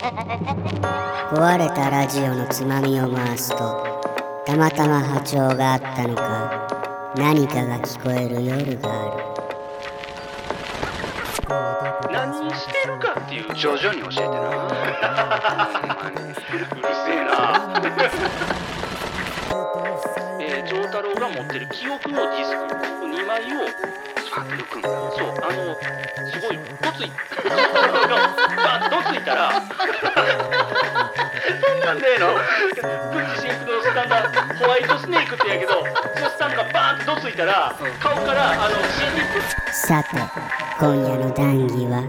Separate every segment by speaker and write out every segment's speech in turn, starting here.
Speaker 1: 壊れたラジオのつまみを回すと、たまたま波長があったのか、何かが聞こえる夜がある。
Speaker 2: 何してるかっていう徐々に教えてな。うるせえな。丈太郎が持ってる記憶のディスク2枚を抜くんだ。そう、すごいどついバーッとどついたらそんなんねえのクッチシンクのスタンダホワイトスネークってやけど、そのスタンがバーッとどついたら顔から死にく
Speaker 1: さて、今夜の談義は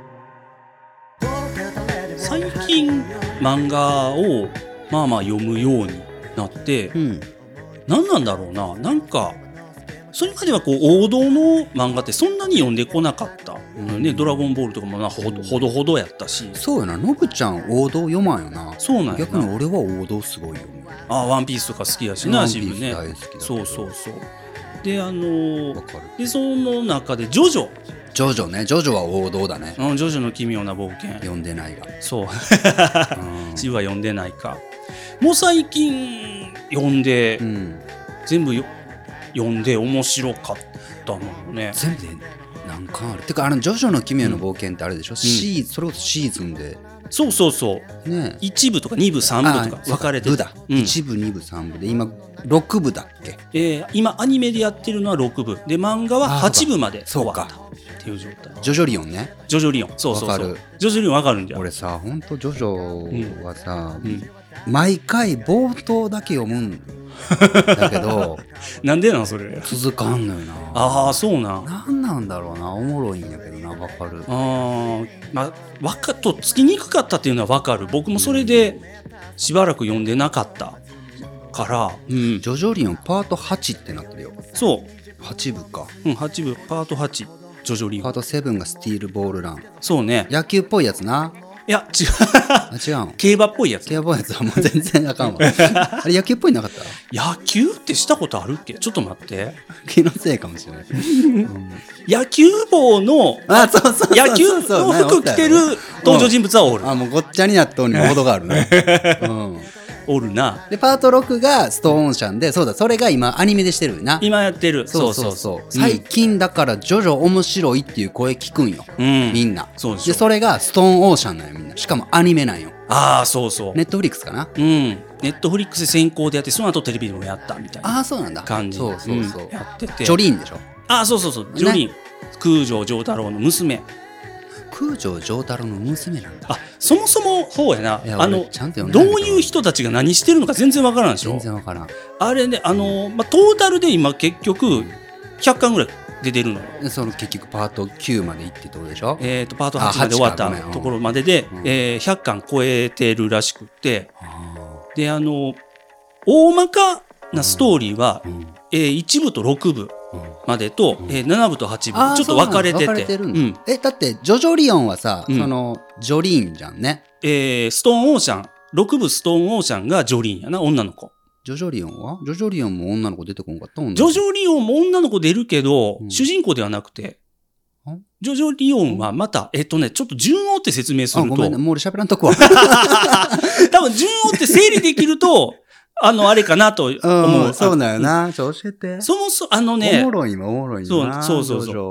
Speaker 3: 最近漫画をまあまあ読むようになって、何なんだろうな、なんかそれまではこう王道の漫画ってそんなに読んでこなかったのよね。ドラゴンボールとかもほどほどやったし。
Speaker 4: そうよな、のぶちゃん王道読まんよな。
Speaker 3: そうなんやな。
Speaker 4: 逆に俺は王道すごいよね。
Speaker 3: ワンピースとか好きやしな、渋ね。
Speaker 4: 大好きだ。
Speaker 3: そうそうそう。で
Speaker 4: わかる。
Speaker 3: でその中でジョジョ
Speaker 4: ね、ジョジョは王道だね。
Speaker 3: ジョジョの奇妙な冒険
Speaker 4: 読んでないが。
Speaker 3: そう渋は読んでないか。もう最近読んで、全部読んで面白かったのよね。
Speaker 4: 全部で何巻あるてか、ジョジョの奇妙な冒険ってあれでしょ、それこそシーズンで。
Speaker 3: そうそうそう、
Speaker 4: ね、
Speaker 3: 1部とか2部3部とか分かれてる。
Speaker 4: 1部2部3部で今6部だっけ。
Speaker 3: 今アニメでやってるのは6部で、漫画は8部まで終わったっていう状態。
Speaker 4: ジョジョリオンね。
Speaker 3: ジョジョリオン、そうそうそう。ジョジョリオン分かるんじゃん。
Speaker 4: 俺さ、ほんとジョジョはさ、毎回冒頭だけ読むんだけど
Speaker 3: なんでなんそれ。
Speaker 4: 続かんのよな。
Speaker 3: ああ、そうなん。
Speaker 4: なんなんだろうな、おもろいんやけどな。わかる。
Speaker 3: まあとっつきにくかったっていうのはわかる。僕もそれでしばらく読んでなかったから、
Speaker 4: ジョジョリオンパート8ってなってるよ。
Speaker 3: そう
Speaker 4: 8部か。
Speaker 3: 8部パート8ジョジョリオン。
Speaker 4: パート7がスティールボールラン。
Speaker 3: そうね、
Speaker 4: 野球っぽいやつな。
Speaker 3: いや違う
Speaker 4: 違うの。
Speaker 3: 競馬っぽいやつ。
Speaker 4: 競馬っぽいやつはもう全然あかんわあれ野球っぽいなかった。
Speaker 3: 野球ってしたことあるっけ。ちょっと待って、
Speaker 4: 気のせいかもしれない、
Speaker 3: 野球帽の野球の服着てる登場人物はおる。
Speaker 4: もうごっちゃになっとんにも程があるね
Speaker 3: おるな。
Speaker 4: でパート6がストーンオーシャンで、そうだ、それが今アニメでしてるな。
Speaker 3: 今やってる。
Speaker 4: そう最近だからジョジョ面白いっていう声聞くんよ、みんな。
Speaker 3: そうでしょ。
Speaker 4: でそれがストーンオーシャンなんよ、みんな。しかもアニメなんよ。
Speaker 3: そうそう。
Speaker 4: ネットフリックスかな。
Speaker 3: ネットフリックスで先行でやって、その後テレビでもやったみたいな。
Speaker 4: そうなんだ。
Speaker 3: 感じ。
Speaker 4: そう
Speaker 3: やってて。
Speaker 4: ジョリーンでしょ。
Speaker 3: そうジョリーン、空城城太郎の娘。
Speaker 4: 空城城太郎の娘なんだ。
Speaker 3: そもそもそうやな。
Speaker 4: ちゃんと
Speaker 3: どういう人たちが何してるのか全然わからんでしょ。
Speaker 4: 全然わからん。
Speaker 3: あれね、トータルで今結局100巻ぐらい出てるのよ。
Speaker 4: その結局パート9まで行ってってことでしょ。
Speaker 3: パート8まで終わったところまでで、100巻超えてるらしくて、で大まかなストーリーは、1部と6部までと、7部と8部ちょっと分かれてて、
Speaker 4: だってジョジョリオンはさ、そのジョリーンじゃんね。
Speaker 3: ストーンオーシャン、6部ストーンオーシャンがジョリーンやな、女の子。
Speaker 4: ジョジョリオンは？ジョジョリオンも女の子出てこんかった？ジ
Speaker 3: ョジョリオンも女の子出るけど、主人公ではなくて、ジョジョリオンはまた、ちょっと順を追って説明すると。
Speaker 4: ごめんね、もう俺喋らんとこは。
Speaker 3: 多分順を追って整理できると、あれかなと思う。
Speaker 4: そうだよな。教えて。
Speaker 3: そもそも、ね。
Speaker 4: おもろいな。
Speaker 3: そう。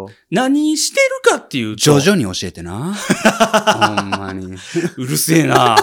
Speaker 3: 何してるかっていうと。
Speaker 4: ジョジョに教えてな。ほんまに。
Speaker 3: うるせえな。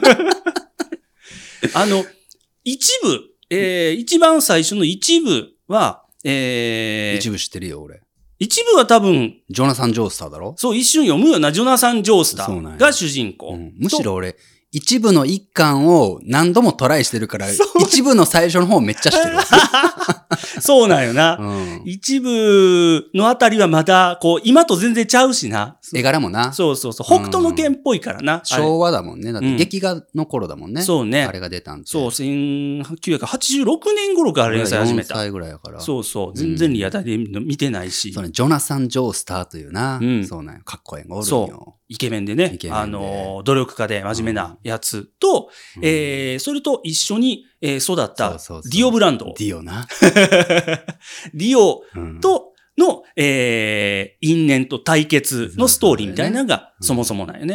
Speaker 3: 一部、一番最初の一部は、
Speaker 4: 一部知ってるよ、俺。
Speaker 3: 一部は多分、
Speaker 4: ジョナサン・ジョースターだろ？
Speaker 3: そう、一瞬読むよな、ジョナサン・ジョースターが主人公。
Speaker 4: むしろ俺、一部の一巻を何度もトライしてるから、一部の最初の方めっちゃ知ってる。
Speaker 3: そうなんよな。一部のあたりはまだ、今と全然ちゃうしな。
Speaker 4: 絵柄もな。
Speaker 3: そう。北斗の拳っぽいからな。
Speaker 4: 昭和だもんね。だって劇画の頃だもんね。
Speaker 3: そうね。
Speaker 4: あれが出たんで。
Speaker 3: そう、1986年頃から連載始めた。
Speaker 4: 4歳ぐらいやから。
Speaker 3: そう。全然リアタイで見てないし。
Speaker 4: ジョナサン・ジョースターというな。そうなんよ。かっこええがおるんよ。
Speaker 3: そう。イケメンでね。努力家で真面目なやつと、それと一緒に育ったディオブランド。
Speaker 4: ディオな。
Speaker 3: ディオとの、因縁と対決のストーリーみたいなのがそもそもなんよね。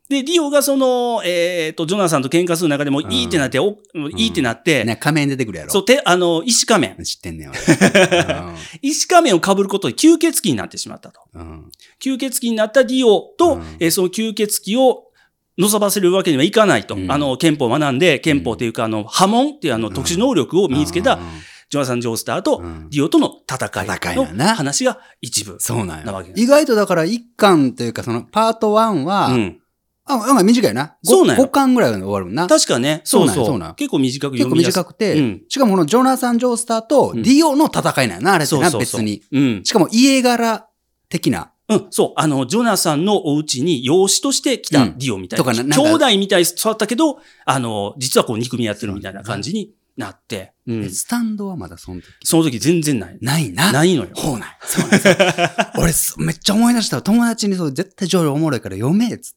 Speaker 3: で、ディオがその、ジョナサンと喧嘩する中でもいいってなって、いいってなって、
Speaker 4: ね、仮面出てくるやろ。
Speaker 3: そう、石仮面。
Speaker 4: 知ってんねん、俺。
Speaker 3: 石仮面を被ることで吸血鬼になってしまったと。吸血鬼になったディオと、その吸血鬼をのさばせるわけにはいかないと。憲法を学んで、憲法っていうか、波紋っていう特殊能力を身につけた、ジョナサン・ジョースターとディオとの戦いの話が一部なわけです。
Speaker 4: 意外とだから一巻というかそのパート1は、なんか短いな。
Speaker 3: そうなんや。
Speaker 4: 5巻ぐらいで終わるな。
Speaker 3: 確かね。そうそう。結構短く読みやすい。
Speaker 4: 結構短くて、しかもこのジョナサン・ジョースターとディオの戦いなんやな、あれってな、別に。しかも家柄的な。
Speaker 3: そう。ジョナサンのお家に養子として来たディオみたいな。兄弟みたいに育ったけど、実はこう憎みやってるみたいな感じになって。
Speaker 4: スタンドはまだその
Speaker 3: 時全然ない。
Speaker 4: ないな。
Speaker 3: ないのよ。
Speaker 4: ほうない。そうなんですよ。俺、めっちゃ思い出した。友達に絶対ジョールおもろいから読めっつって。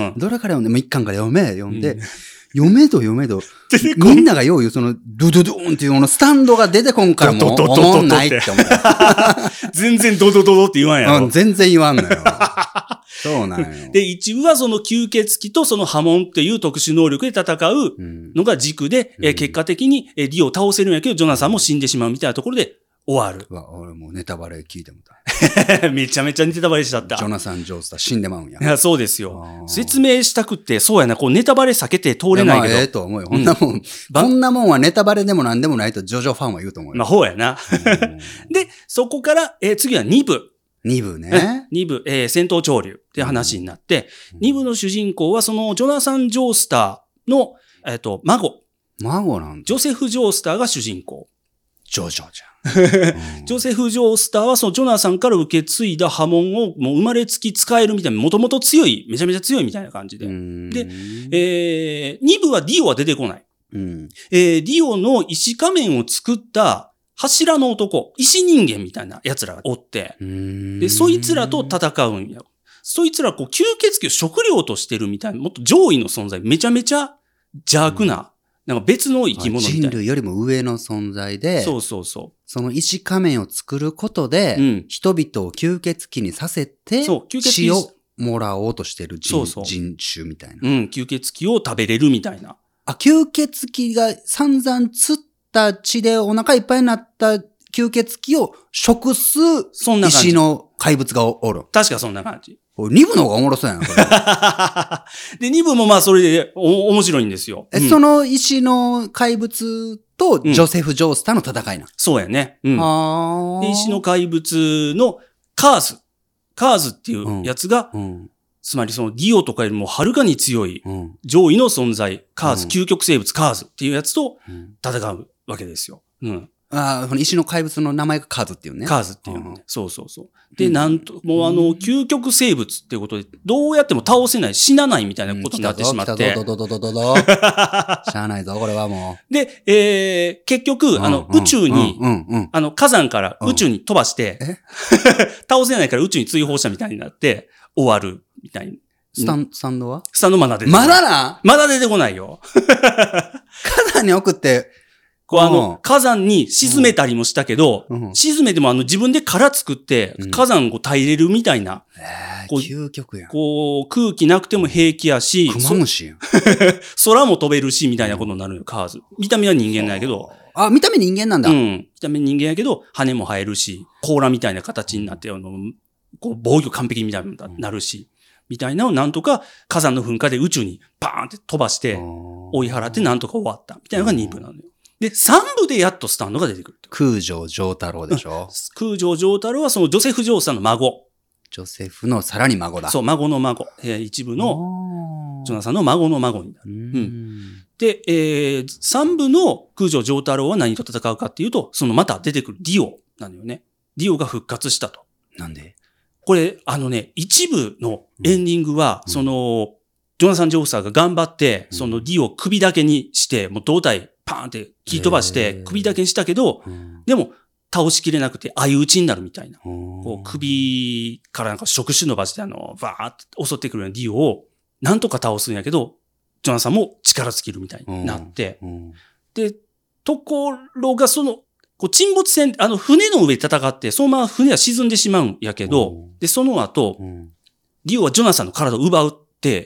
Speaker 4: どれから読んで、もう一巻から読んで、読めど、みんながよう言う、ドゥドゥドーンっていうスタンドが出てこんからもう、思んないって思う。
Speaker 3: 全然ドドドドって言わんやろ。
Speaker 4: 全然言わんのよ。そうなんよ。
Speaker 3: で、一部はその吸血鬼とその波紋っていう特殊能力で戦うのが軸で、結果的にディオを倒せるんやけど、ジョナサンも死んでしまうみたいなところで終わる。
Speaker 4: 俺もうネタバレ聞いても
Speaker 3: た。めちゃめちゃネタバレしちゃった。
Speaker 4: ジョナサン・ジョースター死んでまうんや。
Speaker 3: いや、そうですよ。説明したくって、そうやな、こうネタバレ避けて通れないけど。
Speaker 4: と思うよ。こんなもんはネタバレでもなんでもないとジョジョファンは言うと思うよ。
Speaker 3: ほうやな。で、そこから、次は2部。
Speaker 4: 2部ね。
Speaker 3: 2部、戦闘潮流って話になって、2部の主人公はそのジョナサン・ジョースターの、孫なんだ。ジョセフ・ジョースターが主人公。
Speaker 4: ジョジョじゃ
Speaker 3: ん。ジョセフ・ジョースターはそのジョナサンから受け継いだ波紋をもう生まれつき使えるみたいな、もともと強い、めちゃめちゃ強いみたいな感じで。で、2部はディオは出てこない。ディオの石仮面を作った柱の男、石人間みたいな奴らがおって、で、そいつらと戦うんや。そいつらこう吸血鬼を食料としてるみたいな、もっと上位の存在、めちゃめちゃ邪悪な、なんか別の生き物みたいな。
Speaker 4: 人類よりも上の存在で、
Speaker 3: そ
Speaker 4: の石仮面を作ることで、人々を吸血鬼にさせて、血をもらおうとしてる人種みたいな。
Speaker 3: 吸血鬼を食べれるみたいな。
Speaker 4: 吸血鬼が散々釣った血でお腹いっぱいになった吸血鬼を食す石の怪物がおる。
Speaker 3: 確かそんな感じ。
Speaker 4: 2部の方がおもろそうやな、こ
Speaker 3: れ。で、2部もまあそれで面白いんですよ。
Speaker 4: その石の怪物とジョセフ・ジョースターの戦いな。
Speaker 3: そうやね。で、石の怪物のカーズっていうやつが、つまりそのディオとかよりもはるかに強い上位の存在、カーズ、究極生物カーズっていうやつと戦うわけですよ。
Speaker 4: この石の怪物の名前がカーズっていうね。
Speaker 3: カーズっていうね。そう。で、なんと、もう究極生物っていうことで、どうやっても倒せない、死なないみたいなことになってしまって。
Speaker 4: しゃあないぞ、これはも
Speaker 3: う。で、結局、宇宙に、火山から宇宙に飛ばして、倒せないから宇宙に追放したみたいになって、終わるみたいに。
Speaker 4: スタンドは
Speaker 3: スタンドまだ出てこない。まだ出てこないよ。
Speaker 4: 火山に送って、
Speaker 3: 火山に沈めたりもしたけど、沈めても自分で殻作って、火山を耐えれるみたいな。
Speaker 4: 究極やん。
Speaker 3: 空気なくても平気やし、
Speaker 4: クマムシやん。
Speaker 3: 空も飛べるし、みたいなことになるよ、カーズ。見た目は人間なんやけど。
Speaker 4: 見た目人間なんだ。
Speaker 3: 見た目人間やけど、羽も生えるし、甲羅みたいな形になって、防御完璧みたいになるし、みたいなのをなんとか火山の噴火で宇宙にパーンって飛ばして、追い払ってなんとか終わった。みたいなのが2部なのよ。で、3部でやっとスタンドが出てくる。
Speaker 4: 空城城太郎でしょ。
Speaker 3: 空城城太郎はそのジョセフ・ジョースターの孫。
Speaker 4: ジョセフのさらに孫だ。
Speaker 3: そう、孫の孫。一部の、ジョナサンの孫の孫になる。で、3部の空城城太郎は何と戦うかっていうと、そのまた出てくるディオなのよね。ディオが復活したと。
Speaker 4: なんで
Speaker 3: これ、一部のエンディングは、ジョナサン・ジョースターが頑張って、そのディオを首だけにして、もう胴体パーンって切り飛ばして首だけにしたけど、でも倒しきれなくて相打ちになるみたいな。首からなんか触手伸ばしてバーって襲ってくるようなディオをなんとか倒すんやけど、ジョナサンも力尽きるみたいになって、で、ところが沈没船、船の上で戦って、そのまま船は沈んでしまうんやけど、で、その後、ディオはジョナサンの体を奪って、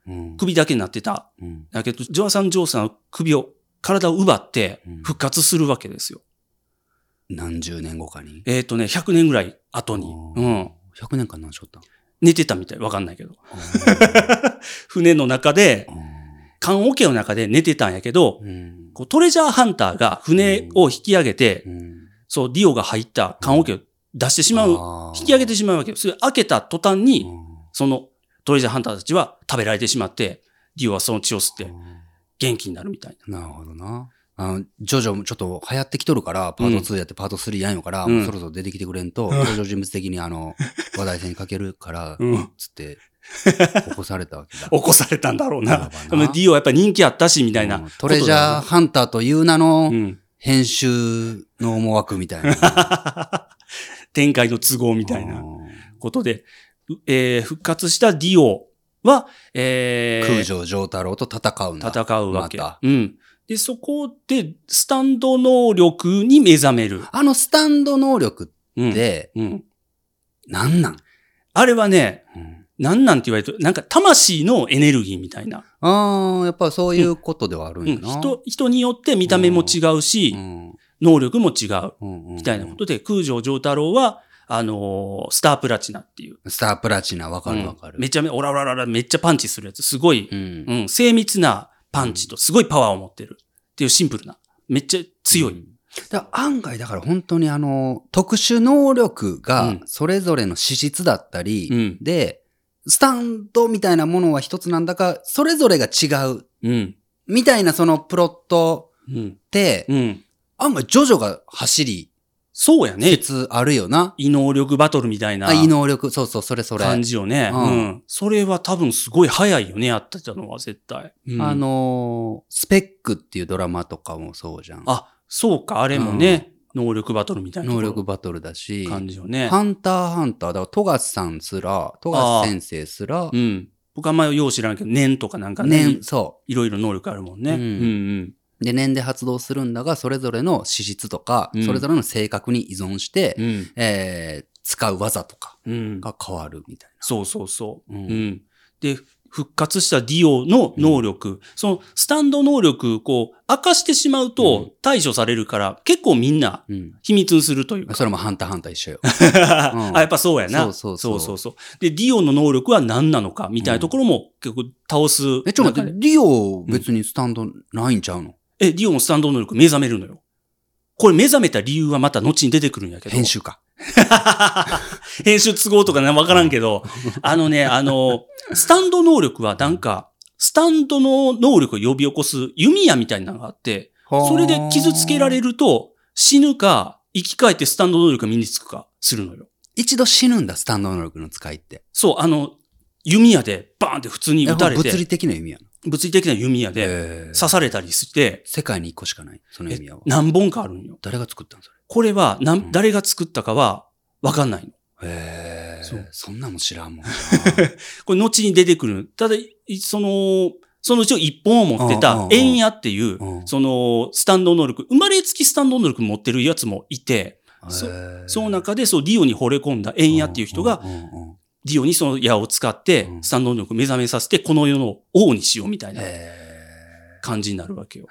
Speaker 3: 首だけになってた。だけど、ジョアさん・ジョーさんの体を奪って復活するわけですよ。
Speaker 4: 何十年後かに。
Speaker 3: 100年ぐらい後に。
Speaker 4: 100年間何しょった？
Speaker 3: 寝てたみたい。わかんないけど。船の中で、棺桶の中で寝てたんやけど、こうトレジャーハンターが船を引き上げて、そう、ディオが入った棺桶を出してしまう、引き上げてしまうわけよ。それ開けた途端に、そのトレジャーハンターたちは食べられてしまって、ディオはその血を吸って元気になるみたいな。
Speaker 4: なるほどな。ジョジョもちょっと流行ってきとるから、パート2やってパート3やんよから、もうそろそろ出てきてくれんと、登場人物的に話題性にかけるから、つって、起こされたわけだ。
Speaker 3: 起こされたんだろうな。でもディオはやっぱ人気あったし、みたいな。
Speaker 4: トレジャーハンターという名の編集の思惑みたいな。
Speaker 3: 展開の都合みたいなことで、復活したディオは、
Speaker 4: 空城城太郎と戦うんだ。
Speaker 3: 戦うわけ。で、そこで、スタンド能力に目覚める。
Speaker 4: スタンド能力って、なんなん？
Speaker 3: あれはね、なんなんて言われると、なんか魂のエネルギーみたいな。
Speaker 4: やっぱそういうことではあるんやな。
Speaker 3: 人によって見た目も違うし、能力も違う。みたいなことで、空城城太郎は、スタープラチナっていう。
Speaker 4: スタープラチナ、わかるわかる。
Speaker 3: めっちゃ、オラオラオラめっちゃパンチするやつ。すごい、精密なパンチとすごいパワーを持ってる。っていうシンプルな。めっちゃ強い。
Speaker 4: 案外だから本当に特殊能力がそれぞれの資質だったり、で、スタンドみたいなものは一つなんだか、それぞれが違う。みたいなそのプロットって、案外ジョジョが走り、
Speaker 3: そうやね。
Speaker 4: 説あるよな。
Speaker 3: 異能力バトルみたいな。
Speaker 4: 異能力、そうそう、それ。
Speaker 3: 感じよね。それは多分すごい早いよね、やってたのは絶対。
Speaker 4: スペックっていうドラマとかもそうじゃん。
Speaker 3: そうか、あれもね、能力バトルみたいな。
Speaker 4: 能力バトルだし。
Speaker 3: 感じよね。
Speaker 4: ハンター、だから富樫先生すら。
Speaker 3: 僕はあんまりよう知らんけど、念とかなんかね。
Speaker 4: そう。
Speaker 3: いろいろ能力あるもんね。
Speaker 4: で、念で発動するんだが、それぞれの資質とか、それぞれの性格に依存して、使う技とかが変わるみたいな。
Speaker 3: そう。で、復活したディオの能力、そのスタンド能力、こう、明かしてしまうと対処されるから、結構みんな秘密にするというか。
Speaker 4: それもハンター一緒よ。
Speaker 3: やっぱそうやな。そう。で、ディオの能力は何なのか、みたいなところも結構倒す。
Speaker 4: ちょっと待って、ディオ別にスタンドないんちゃうの？
Speaker 3: ディオもスタンド能力目覚めるのよ。これ目覚めた理由はまた後に出てくるんやけど。
Speaker 4: 編集か。
Speaker 3: 編集都合とかね、わからんけど、スタンド能力はなんか、スタンドの能力を呼び起こす弓矢みたいなのがあって、それで傷つけられると死ぬか、生き返ってスタンド能力が身につくかするのよ。
Speaker 4: 一度死ぬんだ、スタンド能力の使いって。
Speaker 3: そう、弓矢でバーンって普通に撃たれて。
Speaker 4: 物理的な弓矢。
Speaker 3: 物理的な弓矢で刺されたりして、
Speaker 4: 世界に1個しかない、その弓矢は。
Speaker 3: 何本かあるんよ。
Speaker 4: 誰が作ったんそれ？
Speaker 3: これは、誰が作ったかはわかんないの。
Speaker 4: そんなも知らんもんな。
Speaker 3: これ後に出てくる。ただ、そのうちを一本を持ってた円矢っていう、そのスタンド能力、生まれつきスタンド能力持ってるやつもいて、その中でディオに惚れ込んだ円矢っていう人が、ディオにその矢を使って、スタンド能力を目覚めさせて、この世の王にしようみたいな感じになるわけよ。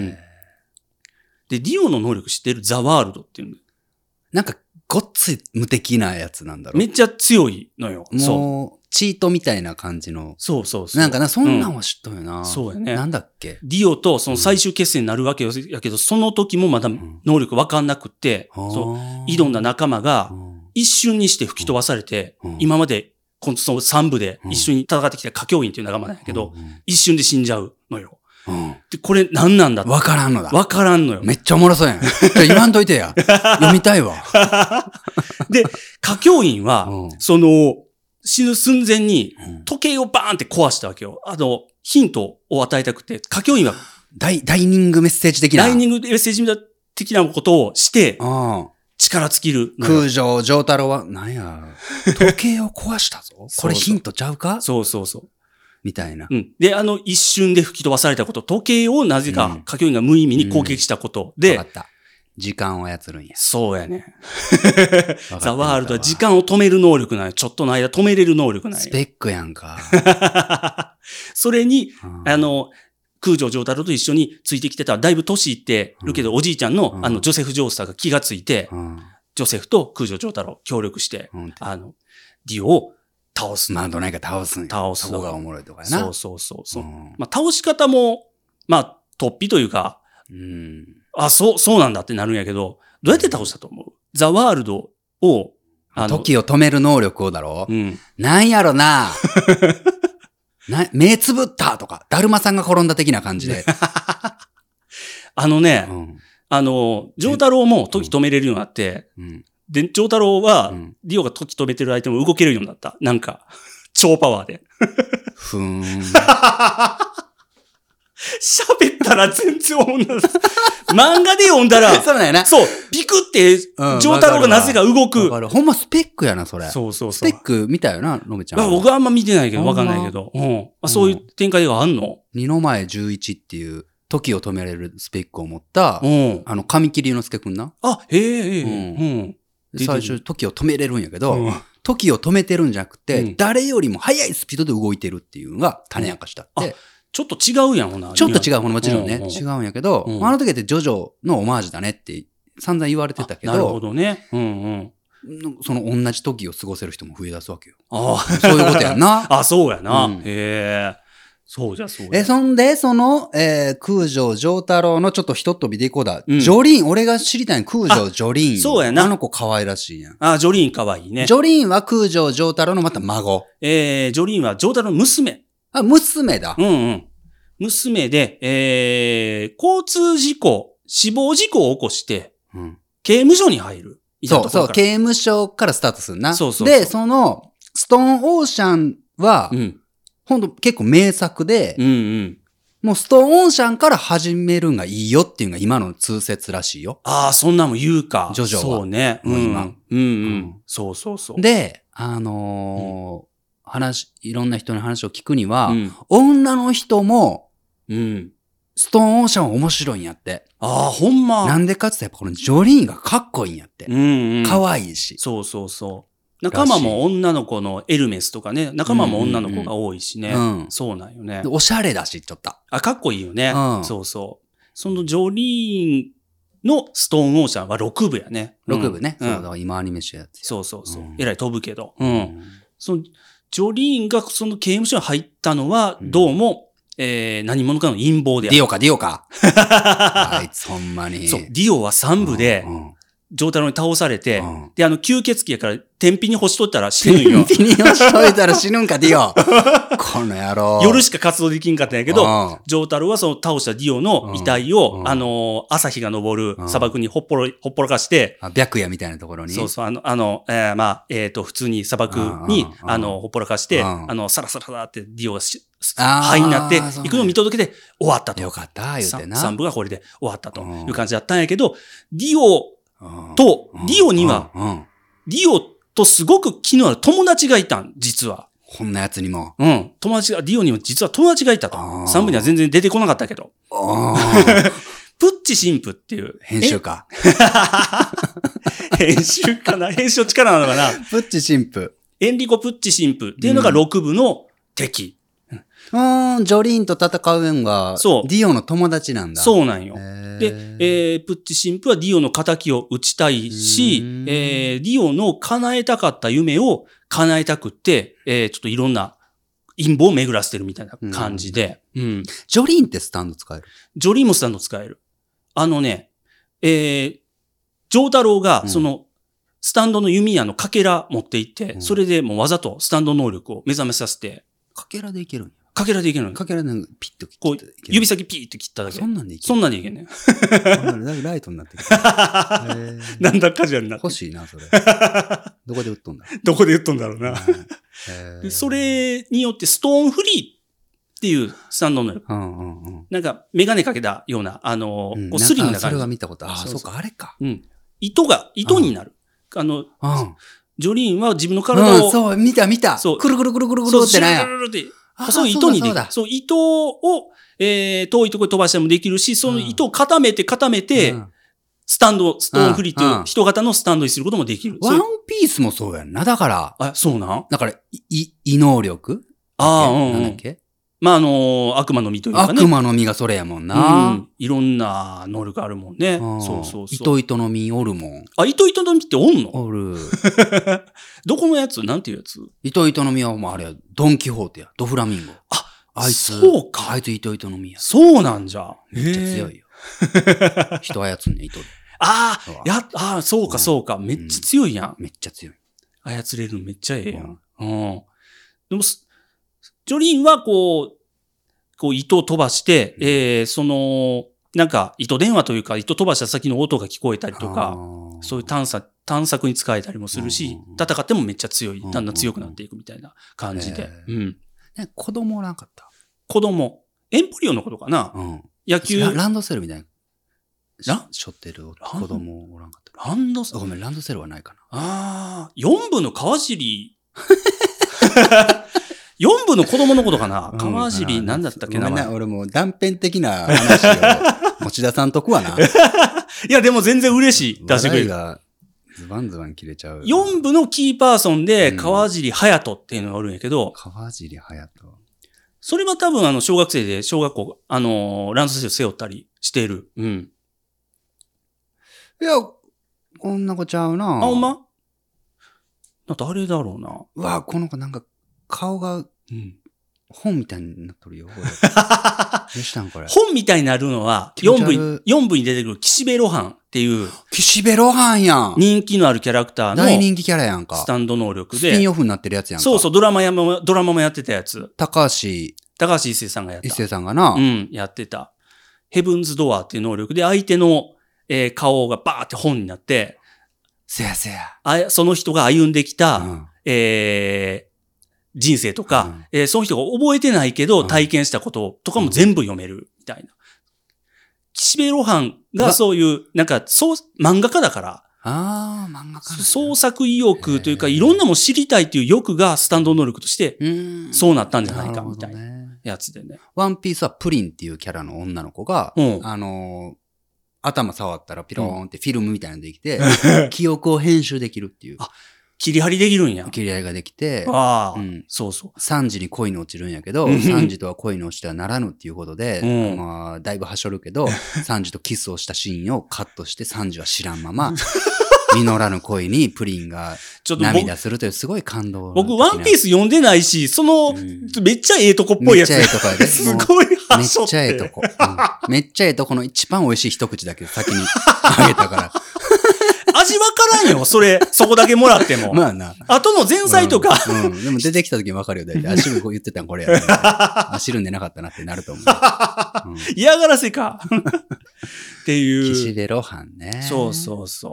Speaker 3: で、ディオの能力知ってる？ザワールドっていうの。
Speaker 4: なんか、ごっつい無敵なやつなんだろう。
Speaker 3: めっちゃ強いのよ。
Speaker 4: もう、チートみたいな感じの。
Speaker 3: そう。
Speaker 4: なんかな、そんなんは知っとるよな。
Speaker 3: そうやね。
Speaker 4: なんだっけ？
Speaker 3: ディオとその最終決戦になるわけやけど、その時もまだ能力わかんなくって、挑んだ仲間が一瞬にして吹き飛ばされて、今までその3部で一緒に戦ってきた歌教員っていう仲間なんやけど、一瞬で死んじゃうのよ。で、これ何なんだって。
Speaker 4: わからんのだ。
Speaker 3: わからんのよ。
Speaker 4: めっちゃおもろそうやん。言わんといてや。読みたいわ。
Speaker 3: で、歌教員は、死ぬ寸前に時計をバーンって壊したわけよ。ヒントを与えたくて、歌教員は
Speaker 4: ダイニングメッセージ的な。
Speaker 3: ダイニングメッセージ的なことをして、力尽きる。
Speaker 4: 空城城太郎は、なんや、時計を壊したぞ。これヒントちゃうか？
Speaker 3: そう。
Speaker 4: みたいな。
Speaker 3: で、一瞬で吹き飛ばされたこと、時計をなぜか、歌教員が無意味に攻撃したことで、
Speaker 4: わかった。時間を操るんや。
Speaker 3: そうやね。ザワールドは時間を止める能力なんや。ちょっとの間止めれる能力なんや。
Speaker 4: スペックやんか。
Speaker 3: それに、
Speaker 4: うん
Speaker 3: 空城城太郎と一緒についてきてた、だいぶ年いってるけど、おじいちゃんの、ジョセフ・ジョースターが気がついて、ジョセフと空城城太郎協力して、ディオを倒す。
Speaker 4: まあ、どないか倒すんや。
Speaker 3: 倒す。
Speaker 4: そこがおもろいとかやな。
Speaker 3: そう。まあ、倒し方も、まあ、突飛というか、そうなんだってなるんやけど、どうやって倒したと思う？ザ・ワールドを、
Speaker 4: 時を止める能力をだろなんやろな目つぶったとか、だるまさんが転んだ的な感じで。
Speaker 3: 丈太郎も時止めれるようになって、で、丈太郎は、ディオが時止めてる相手も動けるようになった。なんか、超パワーで。
Speaker 4: ふーん。
Speaker 3: 喋ったら全然思んない。漫画で読んだら、
Speaker 4: そうなんやな。
Speaker 3: そう、ピクって、丈太郎がなぜか動く。
Speaker 4: ほんまスペックやな、それ。
Speaker 3: そう。
Speaker 4: スペック見たよな、のべちゃん。
Speaker 3: 僕はあんま見てないけど、わかんないけど。そういう展開があんの？
Speaker 4: 二の前11っていう、時を止められるスペックを持った、神木隆之介くんな。最初、時を止めれるんやけど、時を止めてるんじゃなくて、誰よりも速いスピードで動いてるっていうのが種明かしたって。
Speaker 3: ちょっと違うやん、ほな。
Speaker 4: ちょっと違う、もちろんね。違うんやけど、あの時ってジョジョのオマージュだねって散々言われてたけど。
Speaker 3: なるほどね。
Speaker 4: その同じ時を過ごせる人も増え出すわけよ。そういうことやんな。
Speaker 3: そうやな。へえ。そうじゃ。
Speaker 4: そんで、空城城太郎のちょっと一飛びでいこうだ。ジョリーン、俺が知りたい空城ジョリーン。
Speaker 3: そうやな。
Speaker 4: あの子可愛らしいやん。
Speaker 3: ジョリーン可愛いね。
Speaker 4: ジョリーンは空城城太郎のまた孫。
Speaker 3: ジョリーンは城太郎の娘。
Speaker 4: 娘だ。
Speaker 3: 娘で、交通事故、死亡事故を起こして、刑務所に入る。
Speaker 4: そう、刑務所からスタートするな。
Speaker 3: そう。
Speaker 4: で、ストーンオーシャンは、ほんと結構名作で、もうストーンオーシャンから始めるんがいいよっていうのが今の通説らしいよ。
Speaker 3: そんなんも言うか。
Speaker 4: ジョジョは。
Speaker 3: そうね。今。そう。
Speaker 4: で、いろんな人の話を聞くには、女の人も、ストーンオーシャンは面白いんやって。
Speaker 3: ほんま。
Speaker 4: なんでかってやっぱこのジョリーンがかっこいいんやって。可愛いし。
Speaker 3: そう。仲間も女の子のエルメスとかね、仲間も女の子が多いしね。そうなんよね。
Speaker 4: おしゃれだし、ちょっと。
Speaker 3: かっこいいよね。そう。そのジョリーンのストーンオーシャンは6部やね。
Speaker 4: 6部ね。そうだ、今アニメしてるやつ。
Speaker 3: そう。えらい飛ぶけど。そのジョリーンがその刑務所に入ったのは、どうも、何者かの陰謀である。
Speaker 4: ディオか。あいつほんまに。
Speaker 3: そう、ディオは3部で、丈太郎に倒されて、で、吸血鬼やから、天日に干しとったら死ぬんよ。
Speaker 4: 天日に干しといたら死ぬんか、ディオ。この野郎。
Speaker 3: 夜しか活動できんかったんやけど、丈太郎はその倒したディオの遺体を、朝日が昇る砂漠にほっぽらかして、
Speaker 4: 白夜みたいなところに。
Speaker 3: そう、普通に砂漠に、ほっぽらかして、サラサラってディオが灰になって、行くのを見届けて終わったと。
Speaker 4: よかった、言うてな。
Speaker 3: 3部がこれで終わったという感じだったんやけど、ディオには、ディオとすごく気のある友達がいたん、実は。
Speaker 4: こんな奴にも。
Speaker 3: ディオにも実は友達がいたと。3部には全然出てこなかったけど。プッチ神父っていう。
Speaker 4: 編集か。
Speaker 3: 編集かな編集の力なのかな
Speaker 4: プッチ神父。
Speaker 3: エンリコ・プッチ神父っていうのが6部の敵。
Speaker 4: ジョリーンと戦うんが、ディオの友達なんだ。
Speaker 3: そうなんよ。で、プッチ神父はディオの仇を討ちたいし、ディオの叶えたかった夢を叶えたくって、ちょっといろんな陰謀を巡らせてるみたいな感じで。
Speaker 4: ジョリーンってスタンド使える？
Speaker 3: ジョリーンもスタンド使える。丈太郎が、スタンドの弓矢のかけら持っていって、それでもうわざとスタンド能力を目覚めさせて。
Speaker 4: かけらでいけるんや。
Speaker 3: かけらでいけるの？
Speaker 4: かけらでピッと
Speaker 3: こう、指先ピーって切っただけ。
Speaker 4: そんなんでいける？
Speaker 3: そんなんでいけんねん。
Speaker 4: ライトになってきた。
Speaker 3: なんだカジュアルになって。
Speaker 4: 欲しいな、それ。どこで売っとんだ？
Speaker 3: どこで売っとんだろうな。それによってストーンフリーっていうスタンドの、なんかメガネかけたような、スリムな感じ。
Speaker 4: それは見たこと。そうか、あれか。
Speaker 3: 糸になる。ジョリーンは自分の体を。
Speaker 4: そう、見た。そう。くるくるってなんや。
Speaker 3: そう、糸にできる。そう、糸を、遠いところに飛ばしてもできるし、その糸を固めて、ストーンフリーっていう人型のスタンドにすることもできる。
Speaker 4: ワンピースもそうやんな。だから。
Speaker 3: そうなん？
Speaker 4: だから、異能力なんだっけ？
Speaker 3: まあ、悪魔の実というかね。
Speaker 4: 悪魔の実がそれやもんな。
Speaker 3: いろんな能力あるもんね。そうそうそう。
Speaker 4: 糸糸の実おるもん。
Speaker 3: あ、糸糸の実っておんの？
Speaker 4: おる。
Speaker 3: どこのやつ？なんていうやつ？
Speaker 4: 糸糸の実はもうあれや、ドンキホーテや。ドフラミンゴ。あいつ。
Speaker 3: そうか。
Speaker 4: あいつ糸糸の実や。
Speaker 3: そうなんじゃ。
Speaker 4: めっちゃ強いよ。人操んね、糸で。
Speaker 3: そうかそうか。めっちゃ強いやん。
Speaker 4: めっちゃ強い。
Speaker 3: 操れるめっちゃええやん。でも、ジョリンはこう糸を飛ばして、なんか糸電話というか糸飛ばした先の音が聞こえたりとか、そういう探索に使えたりもするし、戦ってもめっちゃ強い。だんだん強くなっていくみたいな感じで。
Speaker 4: 子供おらんかった。
Speaker 3: 子供。エンポリオンのことかな？野球。
Speaker 4: ランドセルみたいな。背負ってる子供おらんかった。
Speaker 3: ランドセル？
Speaker 4: ごめん、ランドセルはないか
Speaker 3: な。4部の川尻。4部の子供のことかな？川尻なんだったっけな？
Speaker 4: 俺も断片的な話を持ち出さんとくわな。
Speaker 3: いや、でも全然嬉しい。出してくれる。
Speaker 4: がズバンズバン切れちゃう。
Speaker 3: 4部のキーパーソンで、川尻隼人っていうのがおるんやけど。
Speaker 4: 川尻隼人。
Speaker 3: それは多分小学生で小学校、ランドセル背負ったりしている。
Speaker 4: いや、こんな子ちゃうな。
Speaker 3: ほんま？誰だろうな。
Speaker 4: うわ、この子なんか顔が、本みたいになっとるよ。どうしたんこれ。
Speaker 3: 本みたいになるのは、4部に出てくる岸辺露伴っていう。
Speaker 4: 岸辺露伴やん。
Speaker 3: 人気のあるキャラクターの。
Speaker 4: 大人気キャラやんか。
Speaker 3: スタンド能力で。
Speaker 4: スピンオフになってるやつやんか。
Speaker 3: そうそう、ドラマもやってたやつ。
Speaker 4: 高橋一
Speaker 3: 生さんがやった。
Speaker 4: 一生さんがな。
Speaker 3: やってた。ヘブンズドアっていう能力で相手の、顔がバーって本になって。
Speaker 4: せやせや。
Speaker 3: その人が歩んできた、人生とか、その人が覚えてないけど体験したこととかも全部読めるみたいな。岸辺露伴がそういう、なんか、漫画家だから、
Speaker 4: 漫画家
Speaker 3: 創作意欲というか、いろんなもん知りたいっていう欲がスタンド能力として、そうなったんじゃないかみたいなやつでね。
Speaker 4: ワンピースはプリンっていうキャラの女の子が、頭触ったらピローンってフィルムみたいなのできて、記憶を編集できるっていう。
Speaker 3: 切り張りできるんや。
Speaker 4: 切り張りができて、
Speaker 3: そうそう。
Speaker 4: サンジに恋に落ちるんやけど、サンジとは恋に落ちてはならぬっていうことで、まあ、だいぶはしょるけど、サンジとキスをしたシーンをカットして、サンジは知らんまま、実らぬ恋にプリンが涙するというすごい感動。
Speaker 3: 僕、ワンピース読んでないし、めっちゃええとこっぽいやつ。
Speaker 4: めっちゃええとこやで。
Speaker 3: すごいはしょって。
Speaker 4: めっちゃええとこ。めっちゃええとこの一番美味しい一口だけ先にあげたから。
Speaker 3: 味わからんよ、そこだけもらっても。
Speaker 4: まあな。
Speaker 3: 後の前菜とか。
Speaker 4: でも出てきた時わかるよ、大体。足も言ってたんこれや。足るんでなかったなってなると思う。
Speaker 3: 嫌がらせか。っていう。
Speaker 4: 岸辺露伴ね。
Speaker 3: そうそうそう。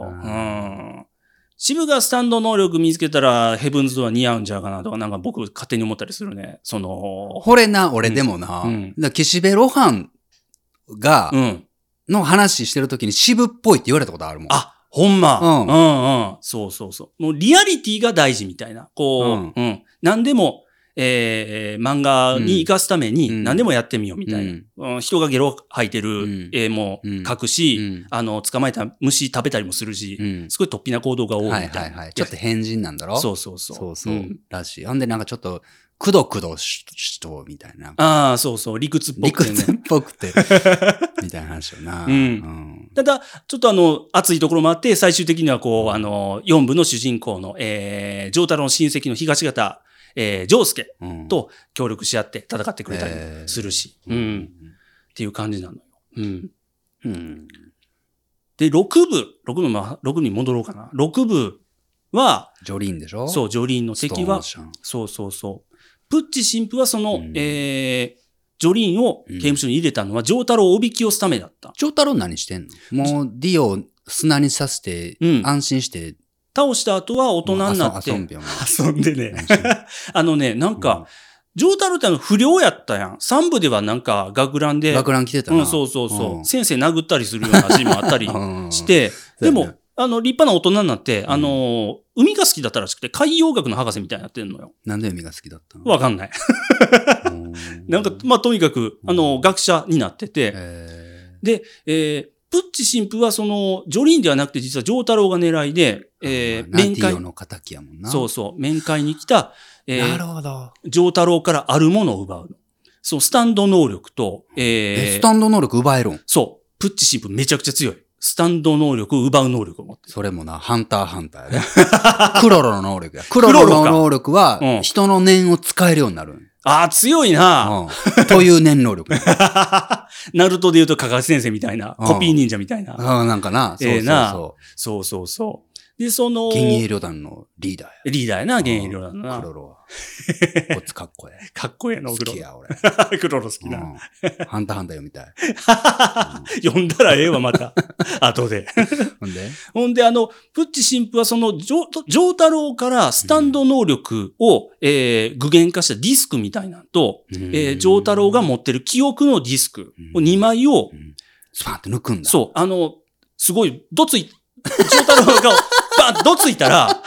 Speaker 3: 渋がスタンド能力見つけたらヘブンズドア似合うんじゃうかなとか、なんか僕勝手に思ったりするね。
Speaker 4: これな、俺でもな、岸辺露伴が、の話してる時に渋っぽいって言われたことあるもん。
Speaker 3: ほんま。そうそうそう。もうリアリティが大事みたいな。何でも、漫画に活かすために何でもやってみようみたいな。人がゲロ吐いてる絵も描くし、捕まえた虫食べたりもするし、すごい突飛な行動が多いみたいな。
Speaker 4: ちょっと変人なんだろ？
Speaker 3: そうそうそう。
Speaker 4: そうそう。らしい。ほんでなんかちょっと、くどくどしと、みたいな。
Speaker 3: そうそう。理屈っぽくてね。
Speaker 4: 理屈っぽくて。みたいな話よな。
Speaker 3: ただ、ちょっと熱いところもあって、最終的には4部の主人公の、丈太郎の親戚の東方、丈介と協力し合って戦ってくれたりもするし、っていう感じなのよ。で、6に戻ろうかな。6部は、
Speaker 4: ジョリーンでしょ？
Speaker 3: そう、ジョリーンの敵は、そうそうそう。プッチ神父はジョリーンを刑務所に入れたのは、丈太郎をおびき寄すためだった。
Speaker 4: 丈太郎何してんの？もう、ディオを砂にさせて、安心して。
Speaker 3: 倒した後は大人になって。遊んでね。なんか、丈太郎って不良やったやん。3部ではなんか学ランで。
Speaker 4: 学ラン着てたな。
Speaker 3: そうそうそう。先生殴ったりするようなシーンもあったりして、でも、立派な大人になって、海が好きだったらしくて、海洋学の博士みたいになってんのよ。
Speaker 4: なんで海が好きだったの？
Speaker 3: わかんない。なんか、まあ、とにかく、学者になってて、で、プッチ神父はジョリーンではなくて実は丈太郎が狙いで、
Speaker 4: 面会。の仇やもんな。
Speaker 3: そうそう、面会に来た、
Speaker 4: なるほど。
Speaker 3: 丈太郎からあるものを奪うの。 そう、スタンド能力と、
Speaker 4: スタンド能力奪えるん？
Speaker 3: そう、プッチ神父めちゃくちゃ強い。スタンド能力を奪う能力を持ってる。
Speaker 4: それもな、ハンターハンターやで。クロロの能力や。クロロの能力は、人の念を使えるようになる。
Speaker 3: ああ、強いな、
Speaker 4: という念能力。
Speaker 3: ナルトで言うと、かがし先生みたいな、コピー忍者みたいな。
Speaker 4: なんかな、
Speaker 3: そうそうそう。で、その、
Speaker 4: 幻影旅団のリーダーや。
Speaker 3: リーダーやな、幻影旅団のな。
Speaker 4: クロロは。こっちかっこええ。
Speaker 3: かっこええな、
Speaker 4: 好きや、俺。
Speaker 3: クロロ好きな。
Speaker 4: ハンターハンター読みたい。
Speaker 3: 読んだらええわ、また。後で。ほんで、プッチ神父はその、ジョータロウからスタンド能力を、具現化したディスクみたいなのと、ジョータロウが持ってる記憶のディスクを2枚を、
Speaker 4: スパンって抜くんだ。
Speaker 3: そう、すごい、ジョータロウが、バンどついたら、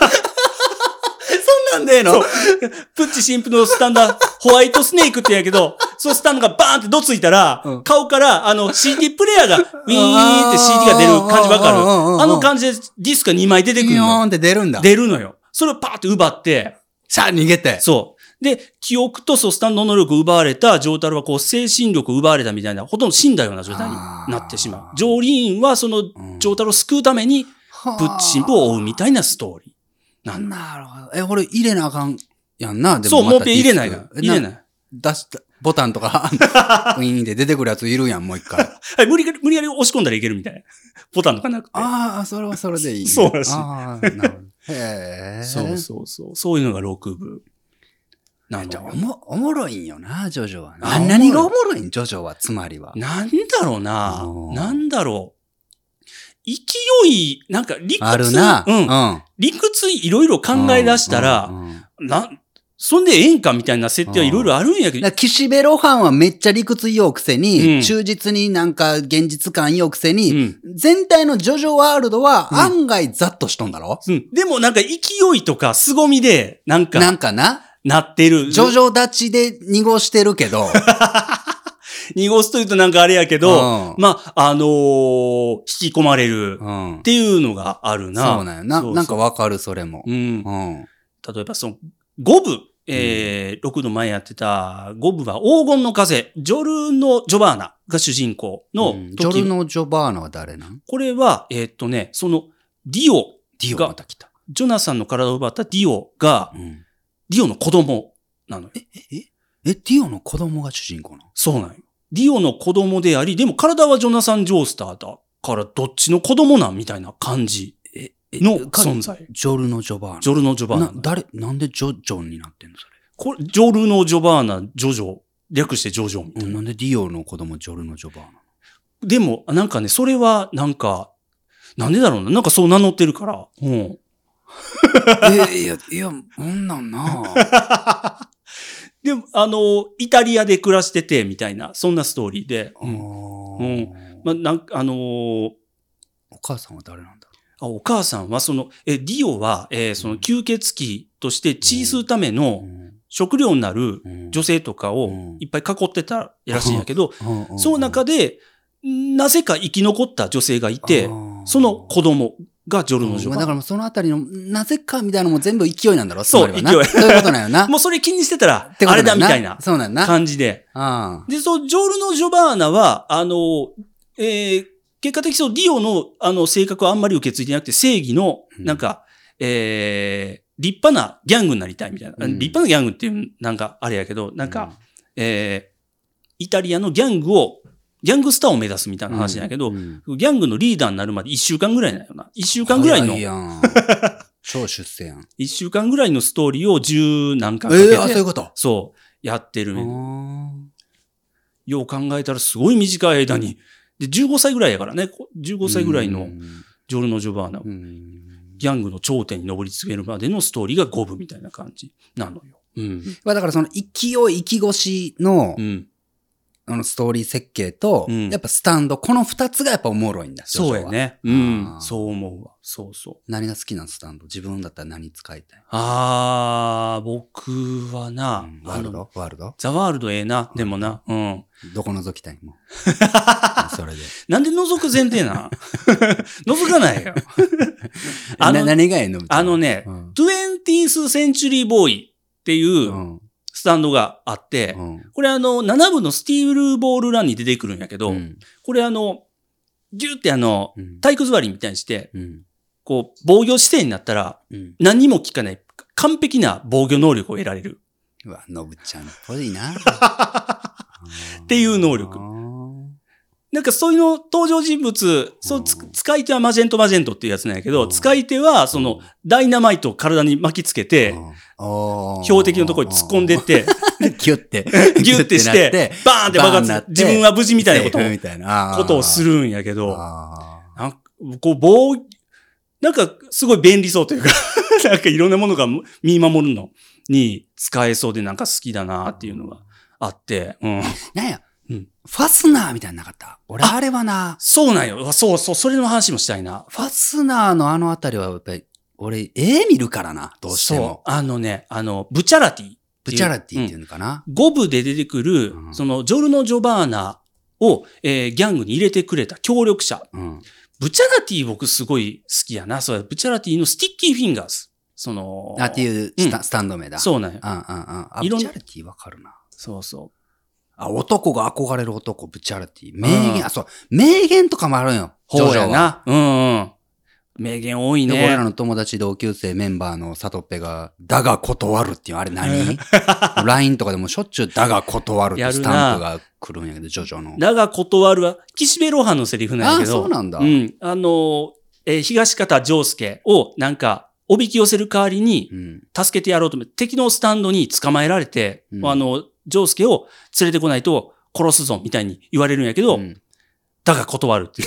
Speaker 4: そんなんでええの？
Speaker 3: プッチ神父のスタンドはホワイトスネークって言うんやけど、そのスタンドがバーンってどついたら、顔からCD プレイヤーがウィーンって CD が出る感じわかる？あの感じでディスクが2枚出てくるの。
Speaker 4: ビヨーンって出るんだ。
Speaker 3: 出るのよ。それをパーって奪って、
Speaker 4: さあ逃げて。そう。
Speaker 3: で、記憶とスタンド能力を奪われたジョータロはこう精神力を奪われたみたいな、ほとんど死んだような状態になってしまう。ジョーリーンはそのジョータロを救うために、プッチ神父を追うみたいなストーリー。
Speaker 4: なるほど。これ入れなあかんやんな。で
Speaker 3: もそう、もう一遍入れないな。入れない。
Speaker 4: 出した、ボタンとか、ウィーンで出てくるやついるやん、もう一回。
Speaker 3: はい、無理やり押し込んだらいけるみたいな。ボタンとかなくて。
Speaker 4: ああ、それはそれでいい。
Speaker 3: そうらしい。
Speaker 4: ああ、なるほど。へえ。
Speaker 3: そうそうそう。そういうのが6部。
Speaker 4: なんだおもろいんよな、ジョジョは。何がおもろいん、ジョジョは、つまりは。
Speaker 3: なんだろうな。なんだろう。勢い、なんか理屈。
Speaker 4: あるな。
Speaker 3: 理屈いろいろ考え出したら、そんでええんかみたいな設定はいろいろあるんやけど。
Speaker 4: 岸辺露伴はめっちゃ理屈言おうくせに、忠実になんか現実感言おうくせに、全体のジョジョワールドは案外ざっとしとんだろ？
Speaker 3: でもなんか勢いとか凄みで、なんかなってる。
Speaker 4: ジョジョ立ちで濁してるけど。
Speaker 3: 濁すというとなんかあれやけど、まあ、引き込まれるっていうのがあるな。
Speaker 4: そうなんよな。なんかわかる、それも。
Speaker 3: 例えばその、5部、6の前やってた5部は黄金の風、ジョルノ・ジョバーナが主人公の時。
Speaker 4: ジョルノ・ジョバーナは誰なん？
Speaker 3: これは、その、ディオが、
Speaker 4: また来た。
Speaker 3: ジョナサンの体を奪ったディオが、ディオの子供なのよ。
Speaker 4: ディオの子供が主人公なの？
Speaker 3: そうなんよ。ディオの子供であり、でも体はジョナサン・ジョースターだからどっちの子供なんみたいな感じの存在。
Speaker 4: ジョルノ・ジョバーナ。
Speaker 3: ジョルノ・ジョバーナ。
Speaker 4: なんでジョンになってんのそれ？
Speaker 3: これ、ジョルノ・ジョバーナ、ジョジョ、略してジョジョみたいな。
Speaker 4: なんでディオの子供ジョルノ・ジョバーナ？
Speaker 3: でも、なんかね、それはなんか、なんでだろうな。なんかそう名乗ってるから。
Speaker 4: いや、なんな
Speaker 3: でも、イタリアで暮らしてて、みたいな、そんなストーリーで。まあ、お
Speaker 4: 母さんは誰なんだ
Speaker 3: ろう？お母さんは、ディオは、その吸血鬼として血吸うための食料になる女性とかをいっぱい囲ってたらしいんやけど、その中で、なぜか生き残った女性がいて、その子供がジョルノ・ジョバーナ。
Speaker 4: だからそのあたりの、なぜかみたいなのも全部勢いなんだろ？
Speaker 3: そう、勢い。
Speaker 4: そういうことなんよな。
Speaker 3: もうそれ気にしてたら、あれだみたいな感じで。で、ジョルノ・ジョバーナは、結果的にそのディオの、性格はあんまり受け継いでなくて、正義の、なんか、立派なギャングになりたいみたいな。立派なギャングっていう、なんか、あれやけど、なんか、イタリアのギャングスターを目指すみたいな話なんやけど、ギャングのリーダーになるまで1週間ぐらいなんよな。1週間ぐらいの。
Speaker 4: 超出世やん。
Speaker 3: 1週間ぐらいのストーリーを10何巻かけて。
Speaker 4: そういうこと。
Speaker 3: そう。やってる。よう考えたらすごい短い間に。で、15歳ぐらいやからね。15歳ぐらいのジョルノ・ジョバーナ。ギャングの頂点に上り詰めるまでのストーリーが5部みたいな感じなのよ。
Speaker 4: だからその勢い、息越しの、ストーリー設計と、やっぱスタンド、この2つがやっぱおもろいんだ。
Speaker 3: そうやね。そう思うわ。そうそう。
Speaker 4: 何が好きなスタンド？自分だったら何使いたい？
Speaker 3: 僕はな、
Speaker 4: ワールド
Speaker 3: ザワールドええな、でもな。
Speaker 4: どこ覗きたいもん。それで。
Speaker 3: なんで覗く前提な覗かないよ。
Speaker 4: 何がええの？
Speaker 3: 20th Century Boy っていう、 スタンドがあって、これ7部のスティールボールランに出てくるんやけど、これギューって体育座りみたいにして、こう、防御姿勢になったら、何にも効かない、完璧な防御能力を得られる。
Speaker 4: うわ、のぶちゃんっぽいな。
Speaker 3: っていう能力。なんかそういうの登場人物、そう使い手はマジェントっていうやつなんやけど、使い手はそのダイナマイトを体に巻きつけて、標的のところに突っ込んでって、
Speaker 4: ギュって
Speaker 3: して、バーンって爆発、自分は無事みたいなことをするんやけど、なんかすごい便利そうというか、なんかいろんなものが見守るのに使えそうでなんか好きだなっていうのがあって、
Speaker 4: なんや、ファスナーみたいなのなかった。俺あれはな。
Speaker 3: そうなんよ。そう、それの話もしたいな。
Speaker 4: ファスナーのあたりはやっぱり、俺、見るからな、どうしても。
Speaker 3: そう、ブチャラティ。
Speaker 4: ブチャラティっていうのかな。
Speaker 3: 5部で出てくる、その、ジョルノ・ジョバーナを、ギャングに入れてくれた協力者。ブチャラティ僕すごい好きやな。そう、ブチャラティのスティッキーフィンガーズ。
Speaker 4: っていうスタンド名だ。
Speaker 3: そうなんよ。
Speaker 4: ブチャラティわかるな。
Speaker 3: そうそう。
Speaker 4: 男が憧れる男、ブチャラティ。名言、名言とかもあるんよ。
Speaker 3: そうやな。名言多いね。
Speaker 4: 俺らの友達同級生メンバーのサトッペが、だが断るっていう、あれ何?LINE とかでもしょっちゅうだが断るってスタンプが来るんやけど、ジョジョの。
Speaker 3: だが断るは、岸辺露伴のセリフなんやけど。
Speaker 4: そうなんだ。
Speaker 3: 東方丈介をなんか、おびき寄せる代わりに、助けてやろうと思って、敵のスタンドに捕まえられて、丈介を連れてこないと殺すぞみたいに言われるんやけど、だが断るっていう。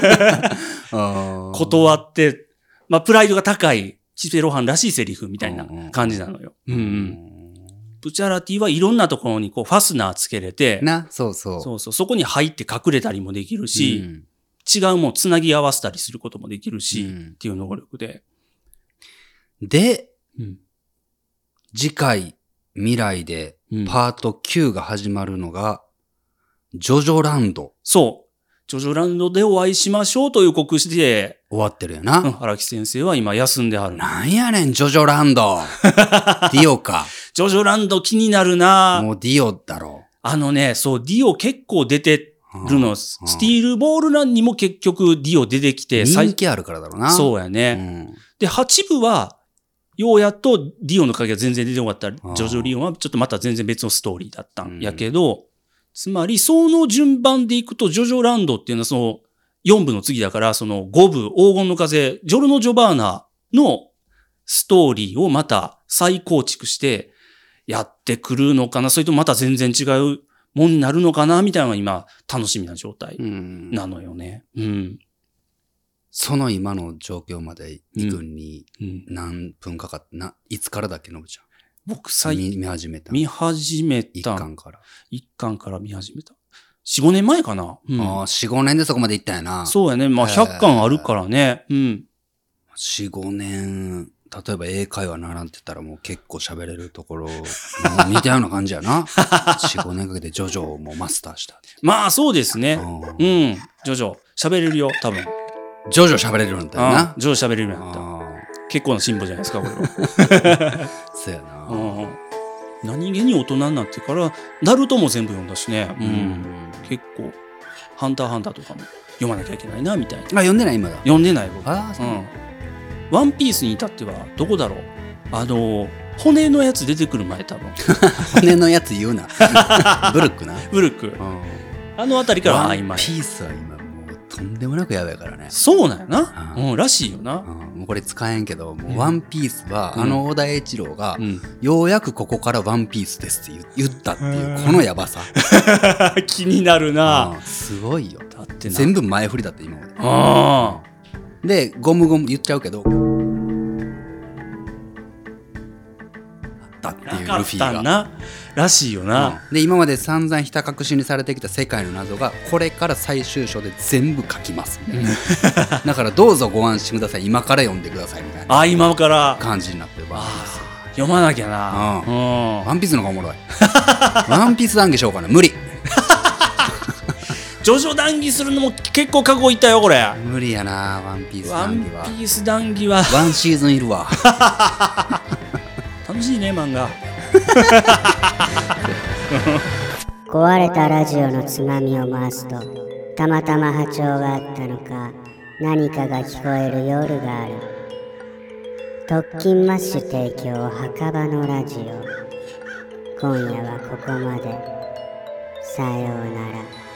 Speaker 3: 断って、プライドが高い、岸辺露伴らしいセリフみたいな感じなのよ。ブチャラティはいろんなところにこうファスナーつけれて、
Speaker 4: そ
Speaker 3: こに入って隠れたりもできるし、違うもんつなぎ合わせたりすることもできるし、っていう能力で。
Speaker 4: で、次回、未来で、パート9が始まるのが、ジョジョランド。
Speaker 3: そう。ジョジョランドでお会いしましょうという告知で、
Speaker 4: 終わってるよな。
Speaker 3: 荒木先生は今休んではる。
Speaker 4: なんやねん、ジョジョランド。ディオか。
Speaker 3: ジョジョランド気になるな。
Speaker 4: もうディオだろ。
Speaker 3: そう、ディオ結構出てるの。スティールボールランにも結局ディオ出てきて。
Speaker 4: 人気あるからだろうな。
Speaker 3: そうやね。で、8部は、ようやっとディオの影が全然出てこなかった。ジョジョリオンはちょっとまた全然別のストーリーだったんやけど、つまりその順番でいくとジョジョランドっていうのはその4部の次だからその5部黄金の風、ジョルノ・ジョバーナのストーリーをまた再構築してやってくるのかな、それとまた全然違うもんになるのかなみたいなのが今楽しみな状態なのよね。
Speaker 4: その今の状況まで行くに何分かかっていつからだっけ、のぶちゃん。
Speaker 3: 僕
Speaker 4: 見始めた。
Speaker 3: 一
Speaker 4: 巻から。
Speaker 3: 一巻から見始めた。4、5年前かな。
Speaker 4: 4、5年でそこまで行ったんやな。
Speaker 3: そうやね。100巻あるからね。4、
Speaker 4: 5年、例えば英会話習ってたらもう結構喋れるところ、似たような感じやな。4、5年かけてジョジョをもうマスターした。
Speaker 3: そうですね。ジョジョ、喋れるよ、多分。
Speaker 4: ジョジョ喋れるんだよな。
Speaker 3: ジョジョ喋れるんだった。結構な進歩じゃないですか、これは。
Speaker 4: そうやな。
Speaker 3: 何気に大人になってから、ナルトも全部読んだしね。結構、ハンターハンターとかも読まなきゃいけないな、みたいな。
Speaker 4: 読んでない今だ。
Speaker 3: 読んでない僕。ワンピースに至っては、どこだろう。骨のやつ出てくる前多分。
Speaker 4: 骨のやつ言うな。ブルックな。
Speaker 3: ブルック。あのあたりから
Speaker 4: ワンピースは今もうとんでもなくやばいからね。
Speaker 3: そうなんやな。らしいよな。
Speaker 4: もうこれ使えんけど、もうワンピースは、小田栄一郎が、ようやくここからワンピースですって言ったっていう、このやばさ。
Speaker 3: 気になるな。
Speaker 4: すごいよ。
Speaker 3: だって
Speaker 4: 全部前振りだって今まで。で、ゴムゴム言っちゃうけど、だっていうルフィが。
Speaker 3: らしいよな。
Speaker 4: で、今まで散々ひた隠しにされてきた世界の謎が、これから最終章で全部書きますみたいな。だからどうぞご安心ください。今から読んでくださいみたいな。
Speaker 3: 今から
Speaker 4: 感じになってる。
Speaker 3: 読まなきゃな。
Speaker 4: ワンピースの方がおもろい。ワンピース談義しようかな。無理。
Speaker 3: ジョジョ談義するのも結構覚悟いったよこれ。
Speaker 4: 無理やな、ワンピース談義は。
Speaker 3: ワンピース談義は
Speaker 4: ワンシーズンいるわ。
Speaker 3: 楽しいね漫画。
Speaker 1: 壊れたラジオのつまみを回すと、たまたま波長があったのか、何かが聞こえる夜がある。特勤マッシュ提供墓場のラジオ。今夜はここまで。さようなら。